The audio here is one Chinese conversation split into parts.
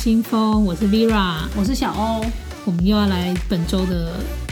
新风，我是 Vera， 我是小欧， 我们又要来本周的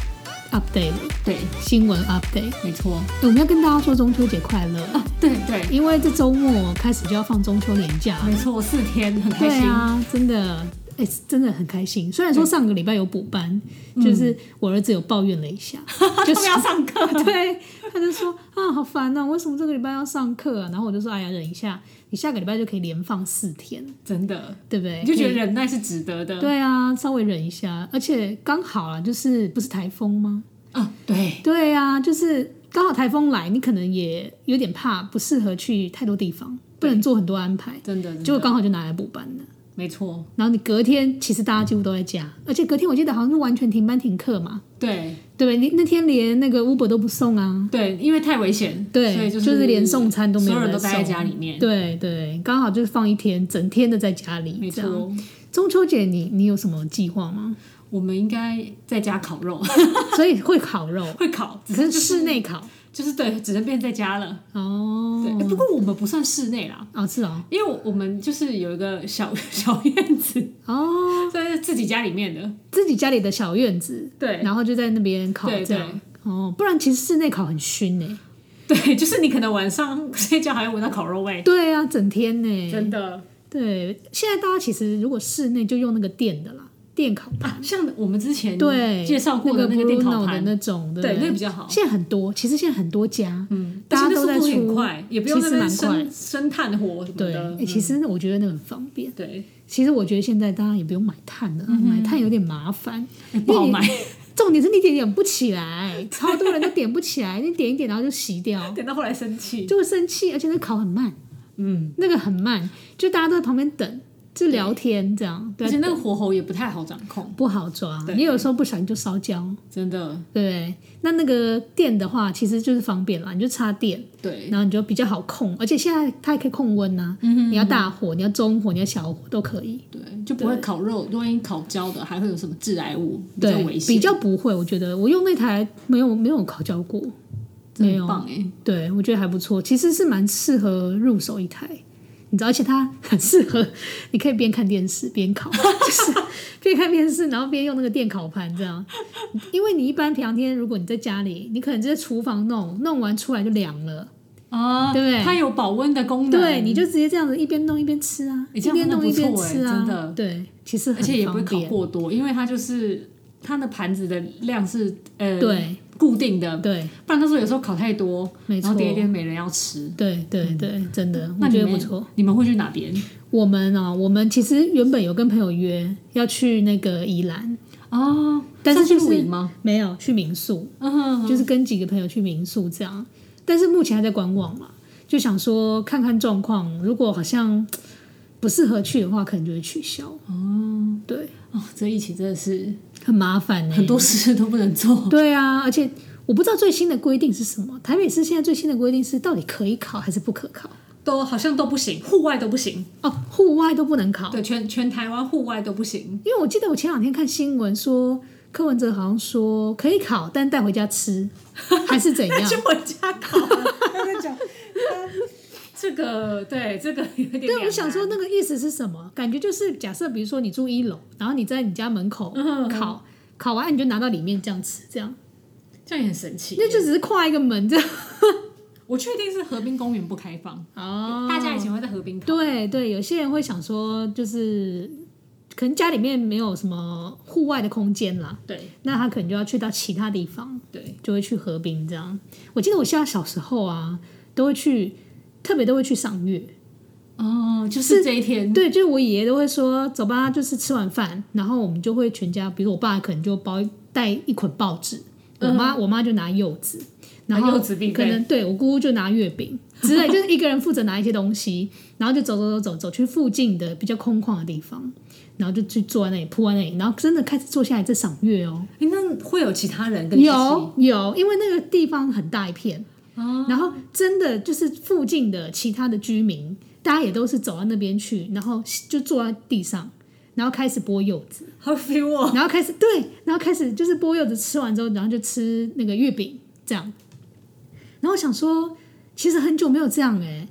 update 了。 对， 新闻 update， 没错。 我们要跟大家说中秋节快乐啊！对对， 因为这周末开始就要放中秋连假了， 没错，4天，很开心。 对啊，真的。真的很开心。虽然说上个礼拜有补班，就是我儿子有抱怨了一下， 就是要上课。 对，他就说啊，好烦啊，为什么这个礼拜要上课啊？然后我就说，哎呀，忍一下，你下个礼拜就可以连放4天， 真的， 对不对？ 你就觉得忍耐是值得的。 对啊，稍微忍一下，而且刚好啊，就是不是台风吗？ 啊，对， 对啊，就是刚好台风来，你可能也有点怕，不适合去太多地方，不能做很多安排， 真的， 结果刚好就拿来补班了。 没错， 然后你隔天其实大家几乎都在家，而且隔天我记得好像是完全停班停课嘛。 对对，你那天连那个 Uber 都不送啊。 对，因为太危险， 对， 所以就是连送餐都没有人送， 所有人都待在家里面。 对对，刚好就是放1天，整天的在家里。 没错。 中秋节你有什么计划吗？ 我们应该在家烤肉， 所以会烤肉， 会烤， 可是室内烤。 就是对，只能变在家了。 哦， 对，不过我们不算室内啦。 哦，是哦， 因为我们就是有一个小院子哦， 在自己家里面的， 自己家里的小院子， 对， 然后就在那边烤这样。哦，不然其实室内烤很熏欸。 对，就是你可能晚上睡觉还会闻到烤肉味。 对啊，整天呢， 真的。 对，现在大家其实如果室内就用那个电的啦。电烤盘， 像我们之前对介绍过的那个电烤盘的那种， 对，那个比较好。 现在很多，其实现在很多家， 大家都在出， 很快，也不用其实蛮快， 生炭火什么的。 对，其实我觉得那个很方便。 对， 其实我觉得现在大家也不用买炭了，买炭有点麻烦， 不好买。 重点是你点不起来，超多人都点不起来，你点一点然后就熄掉， 点到后来生气， 就会生气，而且那烤很慢，那个很慢，就大家都在旁边等。就聊天这样， 而且那个火候也不太好掌控， 不好抓。你有时候不小心就烧焦， 真的。 对，那个电的话，其实就是方便啦，你就插电， 对， 然后你就比较好控，而且现在它还可以控温啊，你要大火，你要中火，你要小火都可以。 对，就不会烤肉，万一烤焦的还会有什么致癌物，比较危险。 比较不会，我觉得我用那台没有烤焦过，没有。 很棒耶。 对，我觉得还不错，其实是蛮适合入手一台。你知道，而且它很适合，你可以边看电视边烤，就是边看电视，然后边用那个电烤盘这样。因为你一般平常天，如果你在家里，你可能就在厨房弄完出来就凉了啊， 对不对？ 它有保温的功能， 对，你就直接这样子一边弄一边吃啊，一边弄一边吃啊， 真的， 对，其实很而且也不会烤过多，因为它就是它的盘子的量是对。 固定的， 对， 不然那时候有时候烤太多， 没错， 然后点一点没人要吃。 对对对，真的，我觉得不错。 你们会去哪边？ 我们其实原本有跟朋友约要去那个宜兰哦， 但是露营吗？ 没有，去民宿，就是跟几个朋友去民宿这样。但是目前还在观望嘛，就想说看看状况，如果好像不适合去的话，可能就会取消。哦，对， 这疫情真的是很麻烦很多事都不能做。 对啊，而且我不知道最新的规定是什么。台北市现在最新的规定是到底可以考还是不可考？ 好像都不行，户外都不行哦，户外都不能考。 对，全台湾户外都不行。 因为我记得我前2天看新闻说，柯文哲好像说可以考，但带回家吃，还是怎样？ 就回家考。他在讲这个有点。 对，我想说那个意思是什么？感觉就是假设，比如说你住1楼，然后你在你家门口烤完你就拿到里面这样吃，这样也很神奇。 那就只是跨一个门这样。 我确定是河滨公园不开放哦，大家以前会在河滨烤。 对对，有些人会想说，就是可能家里面没有什么户外的空间啦， 对， 那他可能就要去到其他地方， 对， 就会去河滨这样。我记得我小时候啊，都会去赏月。 哦，就是这一天， 对，就是我爷爷都会说，走吧，就是吃完饭，然后我们就会全家，比如我爸可能就带一捆报纸，我妈就拿柚子，然后可能对我姑姑就拿月饼之类，就是一个人负责拿一些东西，然后就走去附近的比较空旷的地方，然后就去坐在那里铺在那里，然后真的开始坐下来在赏月哦。 那会有其他人跟你一起？ 有，因为那个地方很大一片，然后真的就是附近的其他的居民。大家也都是走到那边去，然后就坐在地上，然后开始剥柚子， 好 feel 哦。 然后开始就是剥柚子，吃完之后，然后就吃那个月饼这样。然后我想说，其实很久没有这样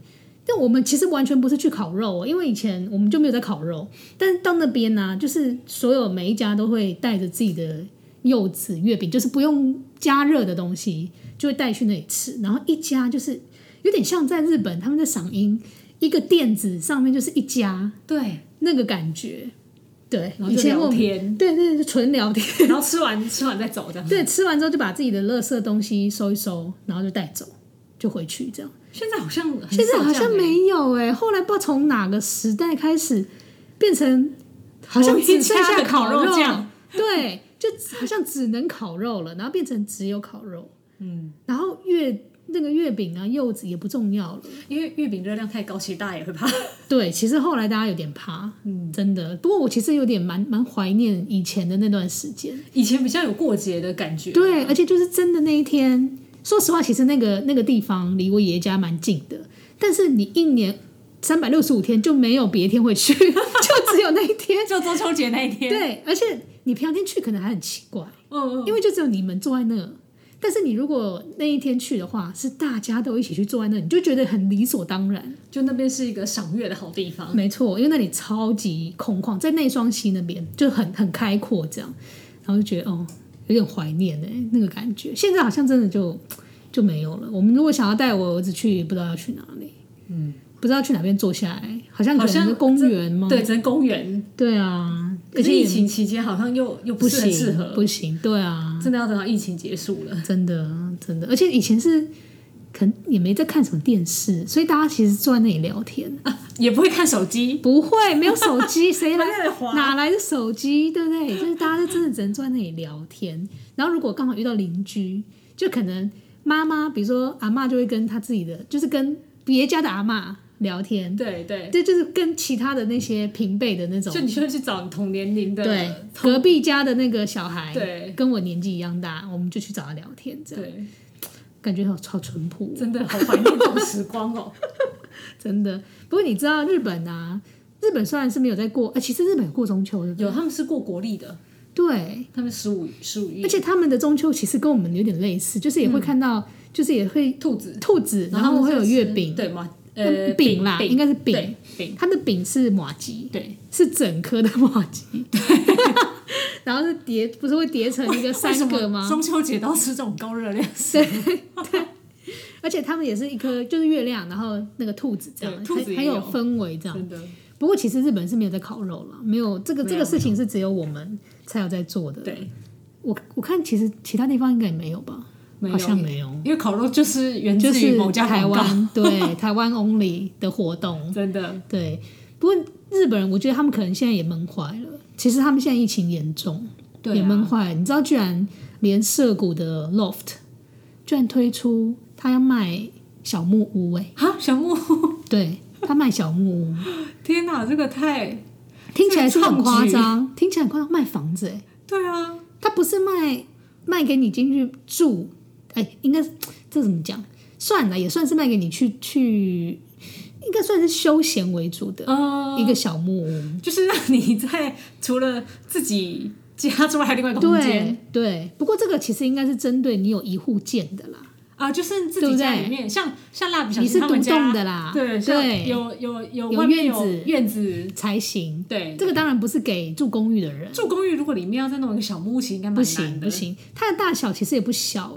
但我们其实完全不是去烤肉，因为以前我们就没有在烤肉，但是到那边呢、就是所有每一家都会带着自己的柚子月饼，就是不用加热的东西，就会带去那里吃。然后一家就是有点像在日本他们在赏樱，一个垫子上面就是一家， 对， 那个感觉。对， 然后就聊天， 对对，就纯聊天， 然后吃完再走这样。 对，吃完之后就把自己的垃圾东西收一收，然后就带走，就回去这样。 现在好像没有哎、后来不知道从哪个时代开始变成好像只剩下烤肉酱，对，就好像只能烤肉了，然后变成只有烤肉，然后那个月饼啊柚子也不重要了， 因为月饼热量太高，其实大家也会怕。 对，其实后来大家有点怕，真的。不过我其实有点蛮怀念以前的那段时间， 以前比较有过节的感觉， 对，而且就是真的那一天。说实话，其实那个地方离我爷爷家蛮近的，但是你一年365天就没有别天会去，就只有那一天， 就中秋节那一天。 对，而且你平常天去可能还很奇怪，因为就只有你们坐在那。但是你如果那一天去的话，是大家都一起去坐在那，你就觉得很理所当然， 就那边是一个赏月的好地方。 没错，因为那里超级空旷，在内双溪那边就很开阔这样，然后就觉得有点怀念那个感觉。现在好像真的就没有了。我们如果想要带我儿子去，不知道要去哪里，不知道去哪边坐下来，好像可能是公园吗？ 对，只能公园。 对啊， 而且疫情期间好像又不是很适合， 不行，对啊， 真的要等到疫情结束了， 真的，而且以前是可能也没在看什么电视，所以大家其实坐在那里聊天也不会看手机， 不会，没有手机，谁来哪来的手机，对不对？就是大家就真的只能坐在那里聊天。然后如果刚好遇到邻居，就可能妈妈，比如说阿嬷就会跟她自己的，就是跟别家的阿嬷聊天， 对， 就是跟其他的那些平辈的那种， 就你就会去找同年龄的， 对，隔壁家的那个小孩， 对， 跟我年纪一样大，我们就去找他聊天，这样，对，感觉超淳朴， 真的好怀念这种时光哦， 真的。不过你知道日本啊，日本虽然是没有在过，其实日本有过中秋的， 有，他们是过国历的。 对， 他们15月， 而且他们的中秋其实跟我们有点类似，就是也会看到，就是也会兔子， 然后会有月饼， 对吗？ 饼啦，应该是饼，它的饼是麻糬， 对， 是整颗的麻糬，对，然后是叠，不是会叠成一个3个吗？ 中秋节都吃这种高热量， 对，而且他们也是一颗就是月亮，然后那个兔子这样，很有氛围这样，真的。不过其实日本是没有在烤肉了，没有这个事情是只有我们才有在做的。对，我看其实其他地方应该也没有吧，好像没有， 因为烤肉就是源自于某家台湾，对，台湾 only 的活动， 真的对。 不过日本人，我觉得他们可能现在也闷坏了。其实他们现在疫情严重， 对也闷坏了。你知道，居然连涩谷的 Loft 居然推出他要卖小木屋， 小木屋，对。 他卖小木屋， 天哪，这个太听起来是很夸张，听起来很夸张，卖房子对啊， 他不是卖给你进去住，应该这怎么讲？算了，也算是卖给你去，应该算是休闲为主的一个小木屋， 就是让你在除了自己家之外还有另外一个空间。 对，不过这个其实应该是针对你有一户建的啦。 就是自己家里面，像蜡笔小新他们家， 你是独栋的啦， 对，有外面院子才行。对， 这个当然不是给住公寓的人。 住公寓如果里面要再弄一个小木屋，其实应该蛮难的。 不行，它的大小其实也不小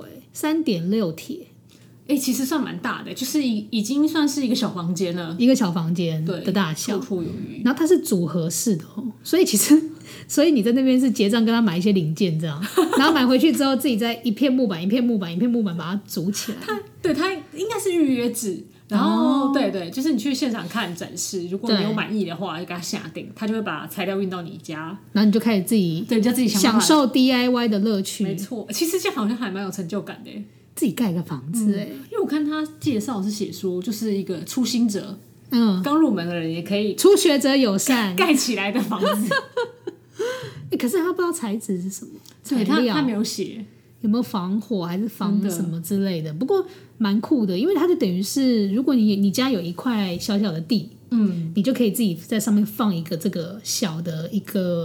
3.6铁， 其实算蛮大的，就是已经算是一个小房间了， 一个小房间的大小， 绰绰有余。 然后它是组合式的所以你在那边是结账跟他买一些零件这样，然后买回去之后自己再一片木板把它组起来。 它应该是预约制，然后对，就是你去现场看展示，如果你有满意的话，就给他下定，他就会把材料运到你家， 然后你就开始自己享受 DIY 的乐趣。 没错，其实这样好像还蛮有成就感的， 自己盖个房子因为我看他介绍是写说，就是一个初心者，刚入门的人也可以， 初学者友善盖起来的房子。 可是他不知道材质是什么，材料他没有写有没有防火还是防什么之类的。不过蛮酷的，因为它就等于是，如果你家有一块小小的地，你就可以自己在上面放一个这个小的一个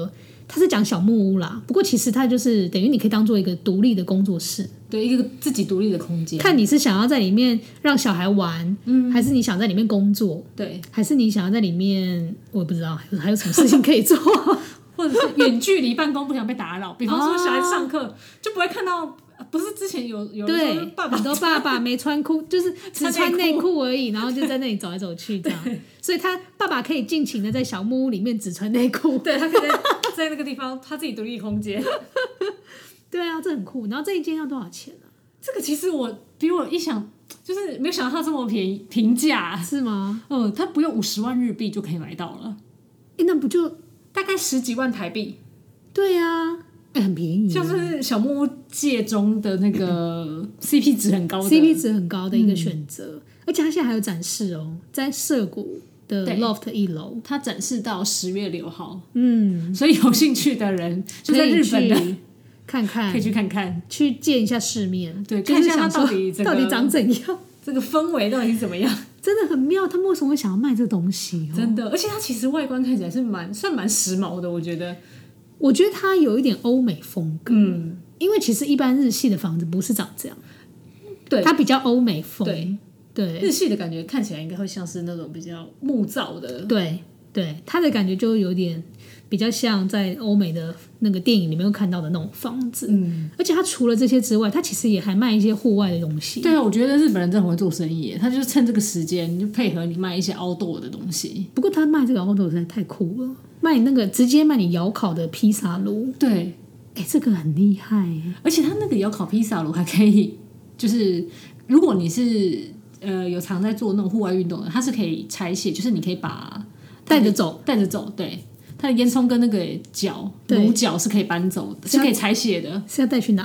它是讲小木屋啦，不过其实它就是等于你可以当做一个独立的工作室， 对，一个自己独立的空间。 看你是想要在里面让小孩玩，还是你想在里面工作， 对， 还是你想要在里面，我也不知道还有什么事情可以做。 或者是远距离办公不想被打扰，比方说小孩子上课就不会看到，不是之前有对爸爸很多爸爸没穿裤，就是只穿内裤而已，然后就在那里走来走去这样，所以他爸爸可以尽情的在小木屋里面只穿内裤， 对他可以在那个地方他自己独立空间。 对啊，这很酷。然后这一间要多少钱啊？ 这个其实比我一想，就是没有想到它这么平价， 是吗？ 它不用50万日币就可以买到了， 那不就大概10几万台币？ 对啊，很便宜， 就是小木屋界中的那个 CP 值很高的 CP 值很高的一个选择，而且它现在还有展示哦，在涩谷的 Loft 1楼， 它展示到10月6号，所以有兴趣的人就在日本的看看， 可以去看看， 去见一下世面， 对，看一下它到底长怎样， 这个氛围到底是怎么样， 真的很妙。他们为什么会想要卖这东西？ 真的，而且它其实外观看起来是算蛮时髦的，我觉得它有一点欧美风格，因为其实一般日系的房子不是长这样，对，它比较欧美风，对， 日系的感觉看起来应该会像是那种比较木造的， 对，它的感觉就有点比较像在欧美的那个电影里面会看到的那种房子，而且它除了这些之外，它其实也还卖一些户外的东西。 对啊，我觉得日本人真的很会做生意，他就是趁这个时间就配合你卖一些 outdoor 的东西。 不过他卖这个 outdoor 实在太酷了，卖那个直接卖你窑烤的披萨炉， 对， 这个很厉害耶， 而且他那个窑烤披萨炉还可以，就是如果你是有常在做那种户外运动的，它是可以拆卸，就是你可以把带着走， 对。它的烟囱跟那个炉角是可可以搬走的，是可以拆卸的。 是要带去哪？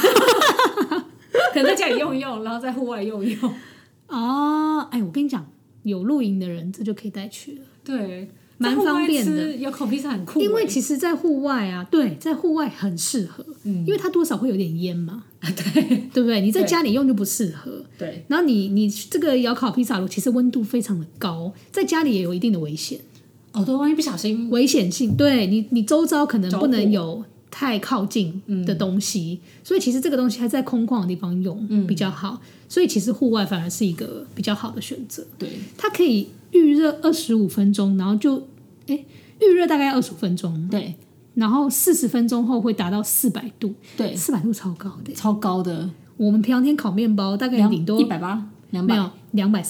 可能在家里用一用，然后在户外用一用。 哦，我跟你讲，有露营的人这就可以带去了。 对， 蛮方便的。 有烤披萨很酷， 因为其实，在户外啊，对，在户外很适合，因为它多少会有点烟嘛，对不对？你在家里用就不适合。 对， 然后你这个窑烤披萨炉其实温度非常的高，在家里也有一定的危险。 对，万一不小心， 危险性，对你周遭可能不能有太靠近的东西，所以其实这个东西还在空旷的地方用比较好。所以其实户外反而是一个比较好的选择。 对， 它可以预热25分钟，然后就预热大概25分钟， 对， 然后40分钟后会达到400度， 对 ，400度超高的， 超高的。 我们平常天烤面包大概顶多 180、200， 没有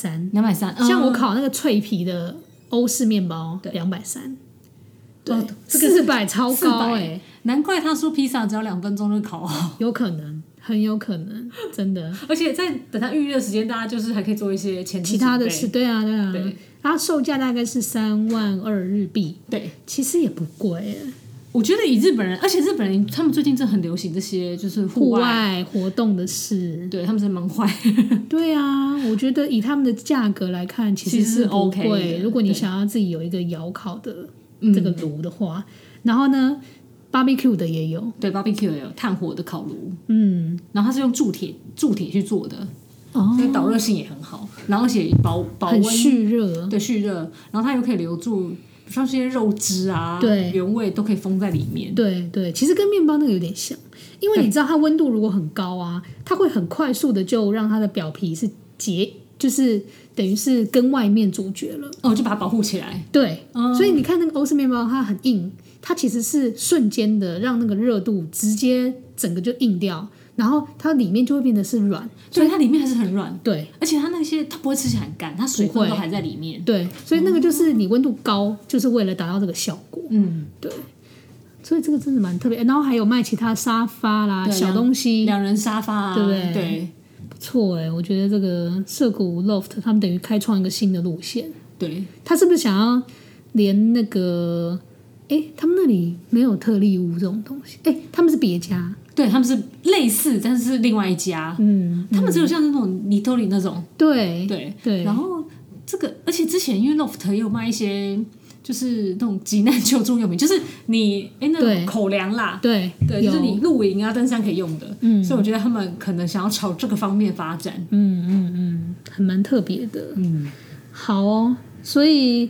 230，像我烤那个脆皮的欧式面包230，对，这个400超高难怪他说披萨只要2分钟就烤好， 有可能，很有可能，真的。 而且在等他预热时间，大家就是还可以做一些前期其他的事，对啊，然后售价大概是32000日币， 对， 其实也不贵我觉得以日本人，而且日本人他们最近真的很流行这些就是户外活动的事， 对他们真的蛮坏。 对啊，我觉得以他们的价格来看，其实是不贵。 OK， 如果你想要自己有一个窑烤的这个炉的话，然后呢 ，barbecue 的也有， 对 ，barbecue 也有炭火的烤炉，然后它是用铸铁去做的，所以导热性也很好，然后而且保温蓄热， 对，蓄热，然后它又可以留住。像这些肉汁啊，对，原味都可以封在里面。 对，其实跟面包那个有点像，因为你知道它温度如果很高啊，它会很快速的就让它的表皮是就是等于是跟外面阻绝了， 就把它保护起来。对， 所以你看那个欧式面包，它很硬，它其实是瞬间的让那个热度直接整个就硬掉。然后它里面就会变得是软， 所以它里面还是很软。 对， 而且它那些它不会吃起来很干，它水分都还在里面。 对，所以那个就是你温度高，就是为了达到这个效果。对，所以这个真的蛮特别。然后还有卖其他沙发啦、小东西， 两人沙发啊， 对不对？ 对， 不错我觉得这个涩谷 Loft 他们等于开创一个新的路线。 对， 他是不是想要连那个？他们那里没有特利屋这种东西。他们是别家。 对，他们是类似，但是另外一家。他们只有像那种尼托里那种。对。然后这个，而且之前因为 Loft 也有卖一些，就是那种急难救助用品，就是你那种口粮啦，对，就是你露营啊、登山可以用的。所以我觉得他们可能想要朝这个方面发展。 还蛮特别的。好哦，所以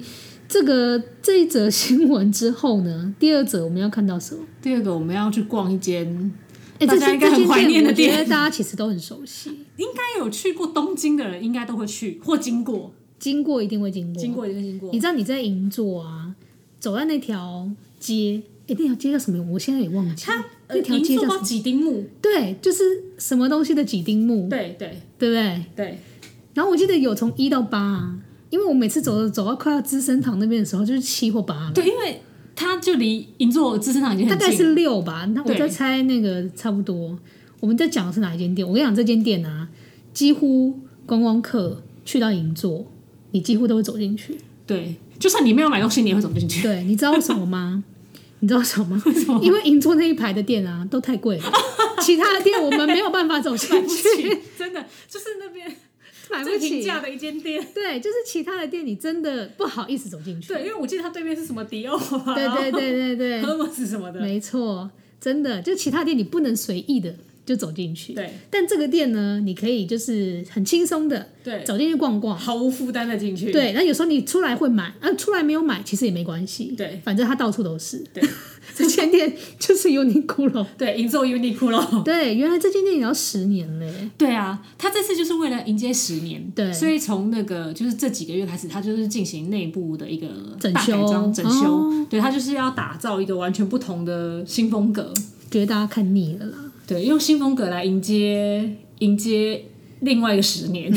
这一则新闻之后呢，第二则我们要看到什么？ 第二个我们要去逛一间大家应该很怀念的店， 我觉得大家其实都很熟悉， 应该有去过东京的人应该都会去或经过一定会经过。你知道你在银座啊，走在那条街，那条街叫什么？我现在也忘记。那条街叫什么？ 几丁目？ 对，就是什么东西的几丁目？ 对不对？ 对。 然后我记得有从1到8啊，因为我每次走到快要资生堂那边的时候，就是7或8了。 对，因为它就离银座资生堂已经很近， 大概是6吧。那我在猜那个差不多。我们在讲的是哪一间店？我跟你讲，这间店啊，几乎观光客去到银座，你几乎都会走进去。 对，就算你没有买东西，你也会走进去。 对，你知道为什么吗？你知道什么吗？因为银座那一排的店啊，都太贵了，其他的店我们没有办法走进去。 真的，就是那边买不起最平价的一间店。 对，就是其他的店你真的不好意思走进去。 对，因为我记得它对面是什么迪奥啊， 对 ，Hermes 什么的。 没错，真的，就其他店你不能随意的就走进去。 对， 但这个店呢，你可以就是很轻松的走进去逛逛， 毫无负担的进去。 对，那有时候你出来会买，出来没有买其实也没关系。 对， 反正它到处都是。 对， 这间店就是 Uniqlo。 对，银座 Uniqlo。 对，原来这间店也要10年嘞。 对啊，他这次就是为了迎接10年， 对， 所以从那个就是这几个月开始，他就是进行内部的一个整大改装、整修。 哦， 对，他就是要打造一个完全不同的新风格。 觉得大家看腻了啦。 对，用新风格来迎接另外一个10年。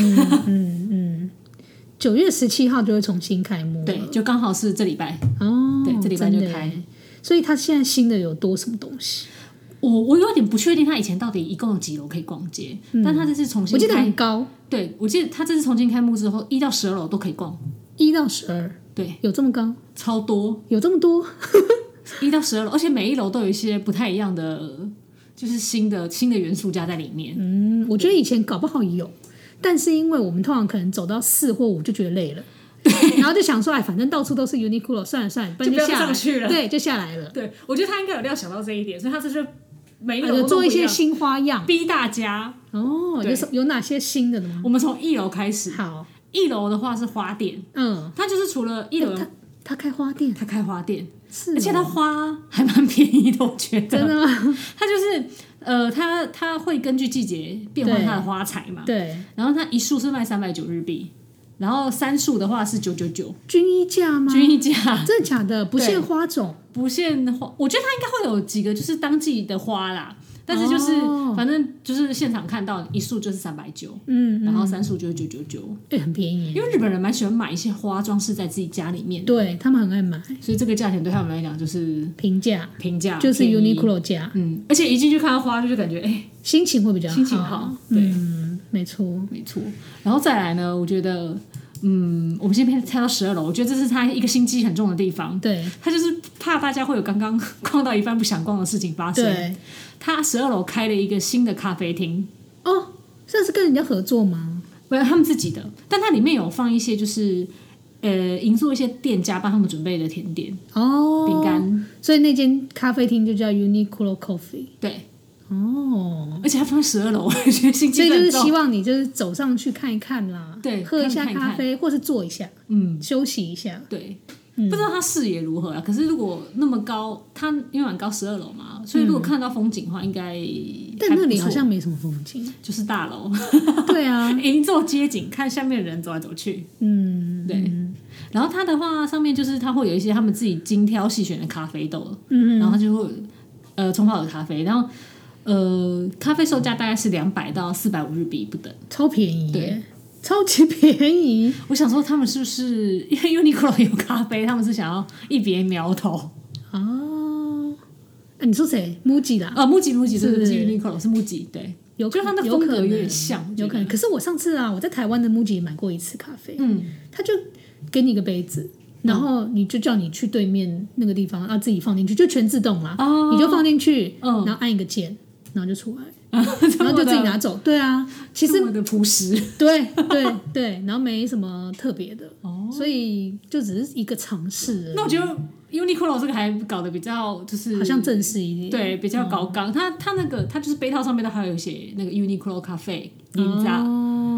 9月17号就会重新开幕了。 对，就刚好是这礼拜。 哦， 对，这礼拜就开。 所以他现在新的有多什么东西？ 我有点不确定他以前到底一共有几楼可以逛街，但他这次重新开， 我记得很高。 对，我记得他这次重新开幕之后，1到12楼都可以逛。 1到12， 对， 有这么高？ 超多， 有这么多 ？1到12楼，而且每一楼都有一些不太一样的，就是新的元素加在里面。 我觉得以前搞不好有，但是因为我们通常可能走到4或5就觉得累了。然后就想说，反正到处都是 Uniqlo， 算了， 就不要上去了。 对，就下来了。 对，我觉得他应该有料想到这一点，所以他这就每一楼都做一些新花样， 逼大家。 哦，有哪些新的吗？ 我们从1楼开始。 好 ，1楼的话是花店。它就是除了1楼， 他开花店， 而且他花还蛮便宜的，我觉得。 真的吗？ 他就是他会根据季节变换它的花材嘛。 对。 然后他1束是卖390日币。然后3束的话是999， 均一价吗？ 均一价， 真的假的？不限花种， 不限花。我觉得它应该会有几个就是当季的花啦，但是就是反正就是现场看到1束就是390，然后3束就是999， 很便宜。 因为日本人蛮喜欢买一些花装饰在自己家里面， 对他们很爱买， 所以这个价钱对他们来讲就是平价， 就是 Uniqlo 价。 而且一进去看到花，就感觉心情会比较好， 心情好，对。 没错。 然后再来呢，我觉得，我们先跳到12楼，我觉得这是他一个心机很重的地方。 对， 他就是怕大家会有刚刚逛到一半不想逛的事情发生。 对， 他12楼开了一个新的咖啡厅。 哦，这是跟人家合作吗？ 不是他们自己的，但它里面有放一些就是银座一些店家帮他们准备的甜点饼干， 所以那间咖啡厅就叫 Uniqlo Coffee。 对。而且还放在12楼，我觉得心机很重。 所以就是希望你就是走上去看一看啦， 对， 喝一下咖啡，或是坐一下，休息一下。 对，不知道它视野如何啊？可是如果那么高，它因为蛮高12楼嘛，所以如果看到风景的话，应该但那里好像没什么风景， 就是大楼。 对啊， 银座街景，看下面的人走来走去。对。然后它的话，上面就是它会有一些他们自己精挑细选的咖啡豆，然后它就会冲泡的咖啡，然后。咖啡售价大概是200到450日币不等， 超便宜耶，超级便宜。 我想说他们是不是因为 Uniqlo 有咖啡，他们是想要一别苗头你说谁 ？MUJI 啦 ，MUJI 是 Uniqlo 是 MUJI， 对，就它的风格有点像， 有可能。可是我上次我在台湾的 MUJI 买过一次咖啡，他就给你一个杯子。然后你就叫你去对面那个地方，自己放进去，就全自动啦。你就放进去，然后按一个键，然后就出来，然后就自己拿走。对啊，其实这么的朴实。 对，然后没什么特别的，所以就只是一个尝试。 那我觉得 Uniqlo 这个还搞得比较就是好像正式一点， 对，比较高纲。它那个它就是杯套上面都还有写那个 Uniqlo 咖啡银扎，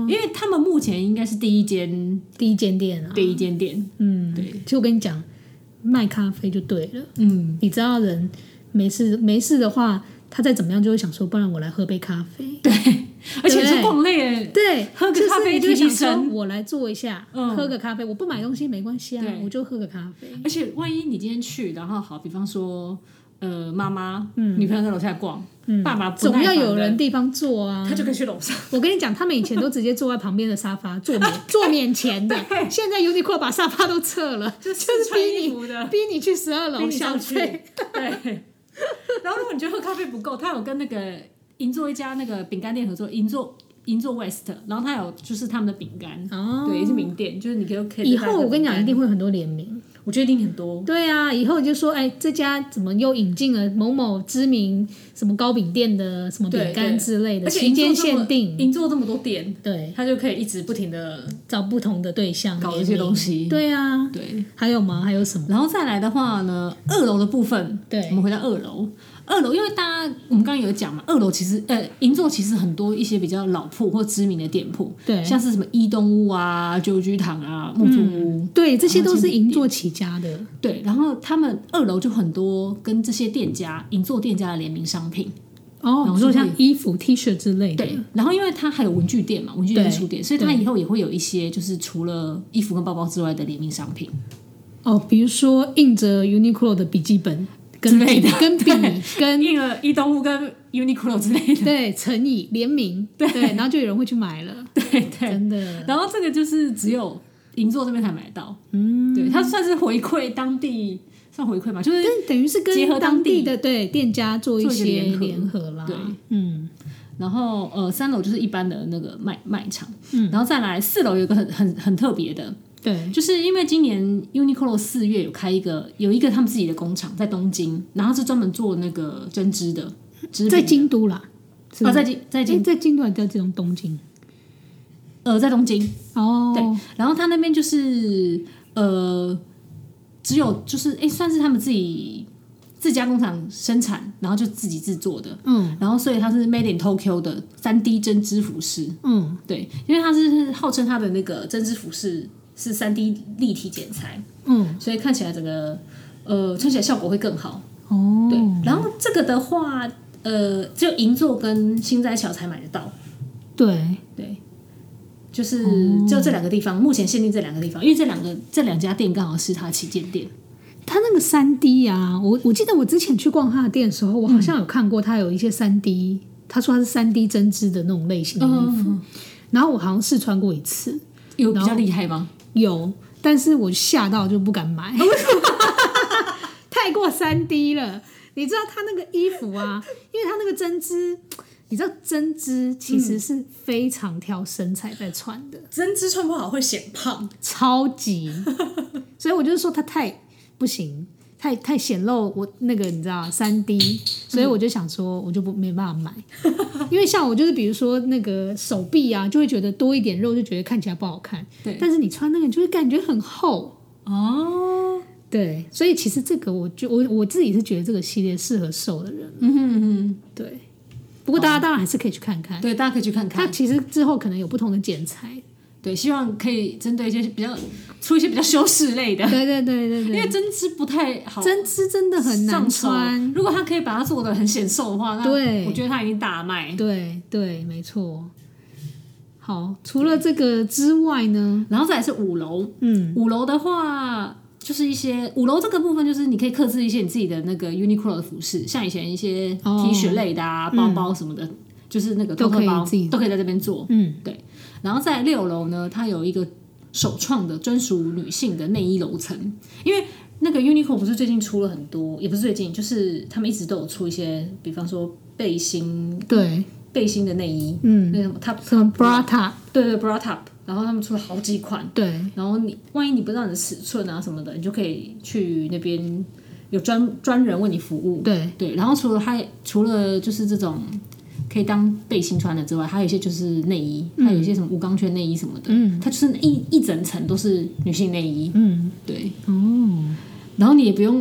因为他们目前应该是第一间店啊， 第一间店。对。 其实我跟你讲，卖咖啡就对了。你知道人没事的话，他再怎么样就会想说，不然我来喝杯咖啡。 对，而且是逛累了， 对， 喝个咖啡就想说我来坐一下，喝个咖啡，我不买东西没关系啊，我就喝个咖啡。 而且万一你今天去，然后好，比方说妈妈、女朋友在楼下逛，爸爸不耐烦的， 总要有人地方坐啊， 他就可以去楼上。 我跟你讲，他们以前都直接坐在旁边的沙发，坐免钱的。现在 Uniqlo 把沙发都撤了，就是逼你去12楼消费。 对。然后如果你觉得喝咖啡不够，他有跟那个银座一家那个饼干店合作，银座 West， 然后他有就是他们的饼干，对，也是名店，就是你可以。 以后我跟你讲，一定会很多联名。 我觉得一定很多。 对啊，以后你就说，这家怎么又引进了某某知名什么糕饼店的什么饼干之类的，期间限定。 银座这么多店， 对， 他就可以一直不停的找不同的对象搞一些东西。 对啊， 对。 还有吗？还有什么？ 然后再来的话呢，2楼的部分， 对， 我们回到2楼。2楼，因为我们刚刚有讲嘛，2楼其实银座其实很多一些比较老铺或知名的店铺， 对， 像是什么伊东屋啊、旧居堂啊、木竹屋， 对，这些都是银座起家的。 对，然后他们2楼就很多跟这些银座店家的联名商品。 比如说像衣服、T 恤之类的。 对，然后因为它还有文具店嘛，文具店书店，所以它以后也会有一些就是除了衣服跟包包之外的联名商品。 比如说印着 Uniqlo 的笔记本。之类的，跟笔，跟印了伊东屋跟 Uniqlo 之类的， 对，成以联名，对，然后就有人会去买了， 对， 真的。 然后这个就是只有银座这边才买到，对，它算是回馈当地，算回馈嘛，就是等于是跟结合当地的对店家做一些联合啦， 对，然后3楼就是一般的那个卖场，然后再来4楼有一个很特别的。 对， 就是因为今年 Uniqlo 4月有一个他们自己的工厂在东京，然后是专门做那个针织的， 在京都啦， 在京都还在这种东京， 在东京对， 然后他那边就是只有就是算是他们自家工厂生产，然后就自己制作的，然后所以它是 Made in Tokyo 的3D 针织服饰，对，因为它是号称它的那个针织服饰是3D 立体剪裁，所以看起来整个穿起来效果会更好。对，然后这个的话，只有银座跟心斋桥才买得到。 对， 就是就这2个地方，目前限定这2个地方，因为这两家店刚好是它旗舰店。 他那个3D 啊，我记得我之前去逛他的店的时候，我好像有看过他有一些3D，他说他是3D 针织的那种类型的衣服，然后我好像试穿过一次。 有比较厉害吗？ 有，但是我吓到就不敢买，太过3D 了。你知道他那个衣服啊，因为他那个针织，你知道针织其实是非常挑身材在穿的， 针织穿不好会显胖， 超级。所以我就说他太不行，太显露我那个你知道3D，所以我就想说我就没办法买，因为像我就是比如说那个手臂啊，就会觉得多一点肉就觉得看起来不好看，对，但是你穿那个就会感觉很厚哦。对，所以其实这个我自己是觉得这个系列适合瘦的人，对。不过大家当然还是可以去看看， 对，大家可以去看看。 它其实之后可能有不同的剪裁。 对，希望可以针对一些出一些比较修饰类的， 对，因为针织不太好， 针织真的很难穿。 如果他可以把它做的很显瘦的话，那我觉得他已经大卖。 对，没错。好，除了这个之外呢， 然后再来是5楼。5楼的话，就是一些5楼这个部分，就是你可以客制一些你自己的那个 Uniqlo 的服饰，像以前一些 T 恤类的啊、包包什么的，就是那个托特包都可以在这边做。对。然后在6楼呢，它有一个首创的专属女性的内衣楼层，因为那个 Uniqlo 不是最近出了很多，也不是最近，就是他们一直都有出一些，比方说背心，对，背心的内衣，那什么 bra top， 对 bra top， 然后他们出了好几款，对，然后万一你不知道你的尺寸啊什么的，你就可以去那边有专人为你服务，对，然后除了就是这种可以当背心穿的之外，还有一些就是内衣，还有一些什么无钢圈内衣什么的，它就是一整层都是女性内衣，对，然后你也不用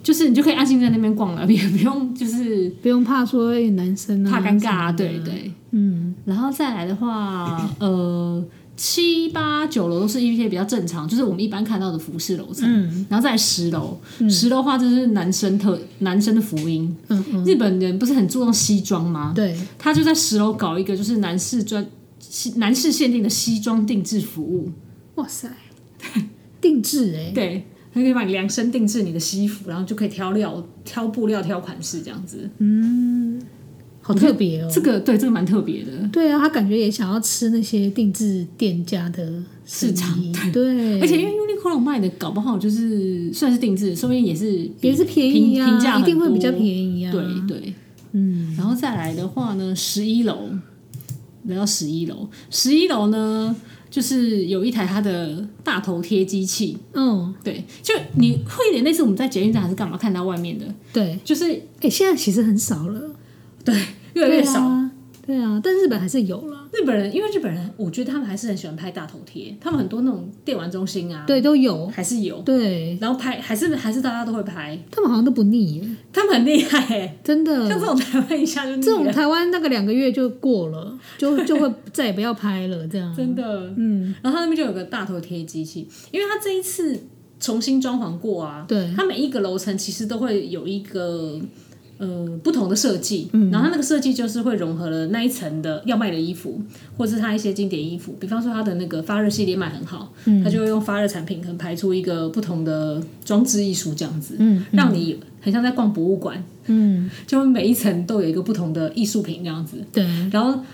就是你就可以安心在那边逛了，也不用就是不用怕说男生怕尴尬啊，对对，然后再来的话，7、8、9楼都是一些比较正常，就是我们一般看到的服饰楼层，然后再来10楼，10楼的话就是男生的福音，日本人不是很注重西装吗？ 对， 他就在10楼搞一个就是男士限定的西装定制服务， 哇塞，定制对。他可以帮你量身定制你的西服，然后就可以挑布料、挑款式这样子。 好特别哦。 这个蛮特别的。 对啊，他感觉也想要吃那些定制店家的市场。 对， 而且因为 Uniqlo 卖的搞不好就是算是定制，说不定也是便宜啊， 平价一定会比较便宜啊。 对，然后再来的话呢，11楼，来到11楼呢。就是有一台它的大头贴机器，对，就你会有点类似我们在捷运站还是干嘛看到外面的，对，就是现在其实很少了， 对，越来越少， 对啊，但日本还是有了。 因为日本人，我觉得他们还是很喜欢拍大头贴，他们很多那种电玩中心啊， 对，都有， 还是有， 对， 然后拍还是大家都会拍， 他们好像都不腻耶， 他们很厉害耶， 真的， 像这种台湾一下就腻了， 这种台湾那个2个月就过了，就会再也不要拍了，这样真的，然后他那边就有个大头贴机器，因为他这一次重新装潢过啊，对，他每一个楼层其实都会有一个。不同的设计，然后它那个设计就是会融合了那一层的要卖的衣服，或者是它一些经典衣服，比方说它的那个发热系列卖很好，它就会用发热产品可能排出一个不同的装置艺术这样子，让你很像在逛博物馆，就每一层都有一个不同的艺术品这样子，对，然后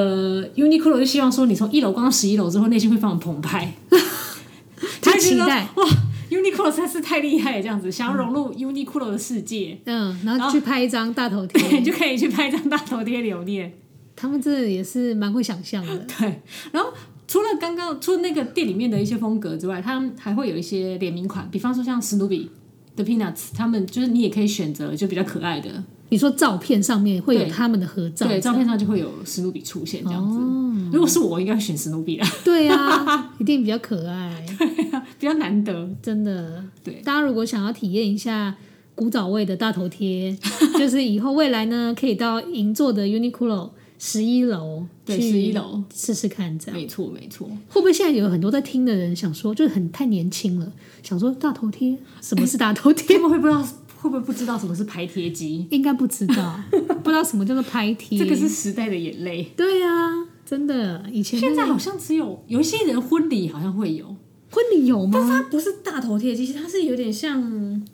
Uniqlo 就希望说你从1楼逛到11楼之后，内心会非常澎湃， 太期待哇。Uniqlo 实在是太厉害了，这样子想要融入 Uniqlo 的世界， 然后去拍一张大头贴， 你就可以去拍一张大头贴留念。 他们这也是蛮会想象的， 对。然后除了那个店里面的一些风格之外，他们还会有一些联名款，比方说像史努比的 Peanuts， 他们就是你也可以选择就比较可爱的。 你说照片上面会有他们的合照， 对，照片上就会有史努比出现这样子。如果是我，应该选史努比啦。 对啊，一定比较可爱， 对啊，比较难得， 真的。 对， 大家如果想要体验一下古早味的大头贴，就是以后未来呢，可以到银座的 Uniqlo 11楼， 对，11楼试试看，这样。 没错。 会不会现在有很多在听的人想说，就是太年轻了，想说大头贴，什么是大头贴？ 他们会不会不知道什么是拍贴机？ 应该不知道，不知道什么叫做拍贴。 这个是时代的眼泪。 对啊，真的，以前现在好像只有一些人婚礼好像会有， 婚礼有吗？ 但是它不是大头贴机器，它是有点像，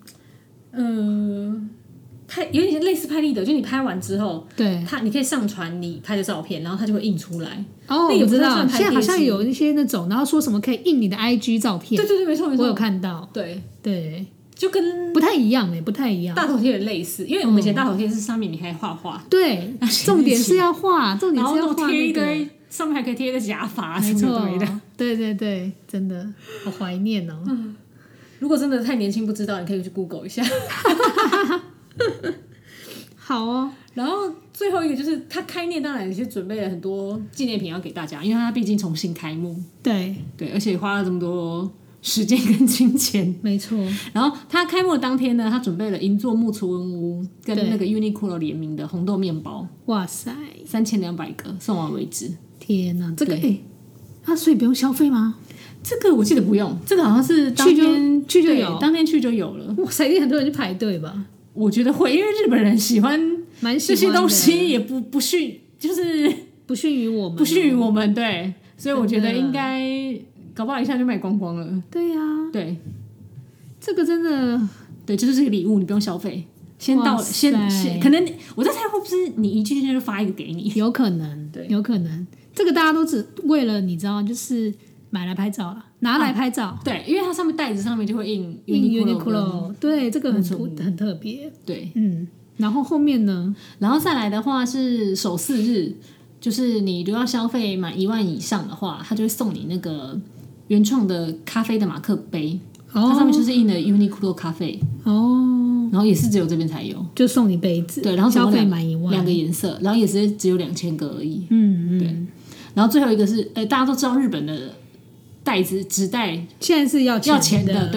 有点类似拍立得，就你拍完之后，对，你可以上传你拍的照片，然后它就会印出来。 哦，我知道，现在好像有一些那种，然后说什么可以印你的 IG 照片。 对，没错， 我有看到。对。 就跟不太一样不太一样。 大头贴也类似，因为我们以前大头贴是上面你可以画画， 对，重点是要画，重点是要画贴一堆，上面还可以贴一个假发， 没错，对，真的好怀念哦。 如果真的太年轻不知道，你可以去 Google 一下。 好哦。 然后最后一个就是他开店，当然也是准备了很多纪念品要给大家，因为他毕竟重新开幕，对，而且花了这么多时间跟金钱， 没错。 然后他开幕的当天呢，他准备了银座木村屋跟那个 Uniqlo 联名的红豆面包， 哇塞 ，3200个送完为止。 天哪，这个所以不用消费吗？ 这个我记得不用，这个好像是当天去就有，当天去就有了。 哇塞，一定很多人去排队吧？ 我觉得会，因为日本人喜欢这些东西，也不逊，就是不逊于我们， 对，所以我觉得应该。搞不好一下就卖光光了。 对呀， 对， 这个真的， 对，这就是个礼物，你不用消费，先可能我在猜会不会是你一进去就发一个给你， 有可能，对，有可能，这个大家都只为了你知道，就是买来拍照了，拿来拍照， 对，因为它上面袋子上面就会印 Uniqlo， 对，这个很特别， 对， 然后后面呢， 然后再来的话是首4日，就是你如果要消费满1万以上的话，他就会送你那个。原创的咖啡的马克杯，它上面就是印了 Uniqlo 咖啡然后也是只有这边才有， 就送你杯子， 对，然后消费满1万 ，2个颜色，然后也是只有2000个而已，对，然后最后一个是，大家都知道日本的袋子纸袋现在是要钱的，对，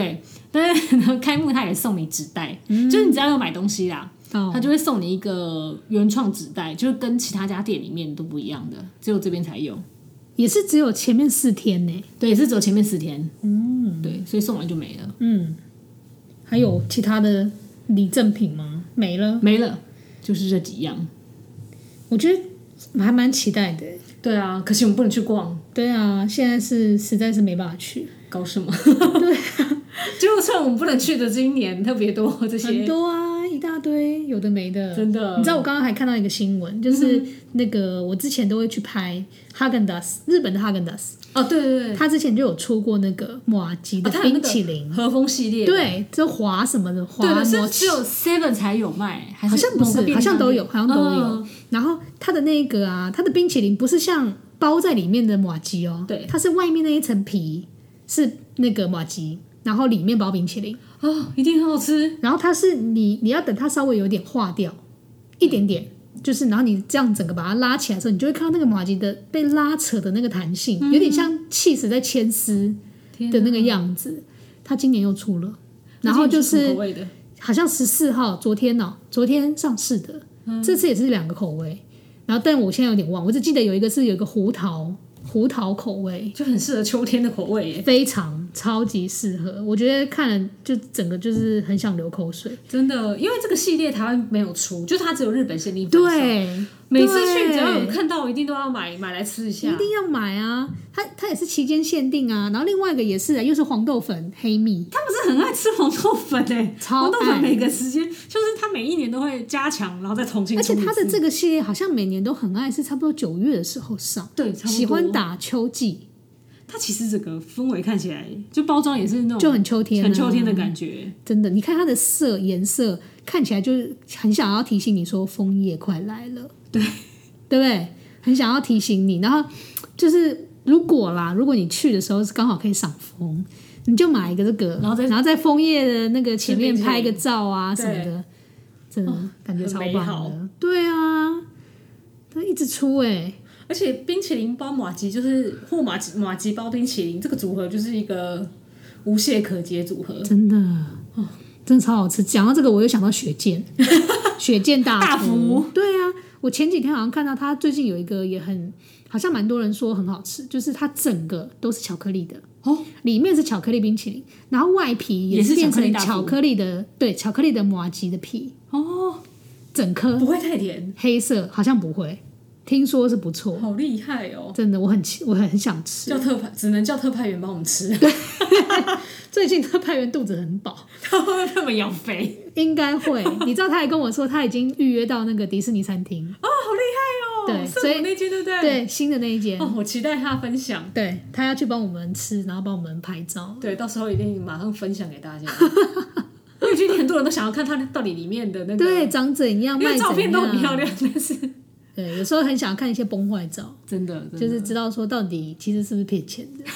对，然后开幕他也送你纸袋，就是你只要有买东西啦，他就会送你一个原创纸袋，就是跟其他家店里面都不一样的，只有这边才有。 也是只有前面4天呢？ 对，也是只有前面4天。对，所以送完就没了。 还有其他的礼赠品吗？没了， 就是这几样。我觉得我还蛮期待的。 对啊，可惜我们不能去逛。 对啊，现在实在是没办法去。 搞什么？对啊，就算我们不能去的今年特别多这些。 很多啊，一大堆有的没的。 真的。 你知道我刚刚还看到一个新闻，就是那个我之前都会去拍哈根达斯，日本的哈根达斯。 哦，对对对， 他之前就有出过那个麻吉的冰淇淋， 和风系列。 对，就滑什么的滑。 对，是只有 Seven 才有卖， 好像不是，好像都有，然后它的那个啊，它的冰淇淋不是像包在里面的麻吉哦， 对， 它是外面那一层皮是那个麻吉，然后里面包冰淇淋。 一定很好吃。 然后它是你要等它稍微有点化掉一点点。就是然后你这样整个把它拉起来的时候，你就会看到那个麻吉的被拉扯的那个弹性，有点像起司在牵丝的那个样子。它今年又出了，然后就是好像14号，昨天上市的，这次也是2个口味。然后但我现在有点忘，我只记得有一个胡桃口味， 就很适合秋天的口味耶， 非常超级适合。我觉得看了就整个就是很想流口水， 真的，因为这个系列台湾没有出，就它只有日本限定贩售。对， 每次去只要有看到，一定都要买来吃一下， 一定要买啊！它也是期间限定啊。然后另外一个也是又是黄豆粉黑蜜， 他们是很爱吃黄豆粉超爱。 黄豆粉每个时间就是它每一年都会加强，然后再重新出一次。 而且它的这个系列好像每年都很爱，是差不多9月的时候上， 对，差不多喜欢打秋季。 它其实整个氛围看起来，就包装也是那种就很秋天， 很秋天的感觉。 真的，你看它的颜色看起来就是很想要提醒你说枫叶快来了， 对不对？很想要提醒你。然后就是如果你去的时候是刚好可以赏枫，你就买一个这个，然后在枫叶的那个前面拍个照啊什么的，真的感觉超棒的。对啊，它一直出而且冰淇淋包麻吉就是或麻吉包冰淇淋，这个组合就是一个无懈可击组合， 真的真的超好吃。讲到这个，我又想到雪见，雪见大福。对啊，我前几天好像看到他最近有一个也好像蛮多人说很好吃，就是它整个都是巧克力的里面是巧克力冰淇淋，然后外皮也是变成巧克力的，对，巧克力的麻吉的皮整颗不会太甜， 黑色好像不会。听说是不错， 好厉害哦！ 真的，我很想吃。 只能叫特派员帮我们吃。 最近特派员肚子很饱， 他会不会那么养肥？ 应该会。你知道他还跟我说他已经预约到那个迪士尼餐厅好厉害哦！对，所以那间对不对？ 对，新的那一间我期待他分享。 对，他要去帮我们吃，然后帮我们拍照。 对，到时候一定马上分享给大家。因为最近很多人都想要看他到底里面的那个对长怎样， 因为照片都很漂亮，但是。 对，有时候很想看一些崩坏照， 真的就是知道说到底其实是不是骗钱的。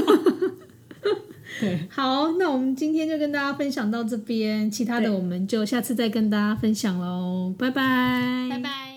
对， 好，那我们今天就跟大家分享到这边，其他的我们就下次再跟大家分享喽，拜拜， 拜拜。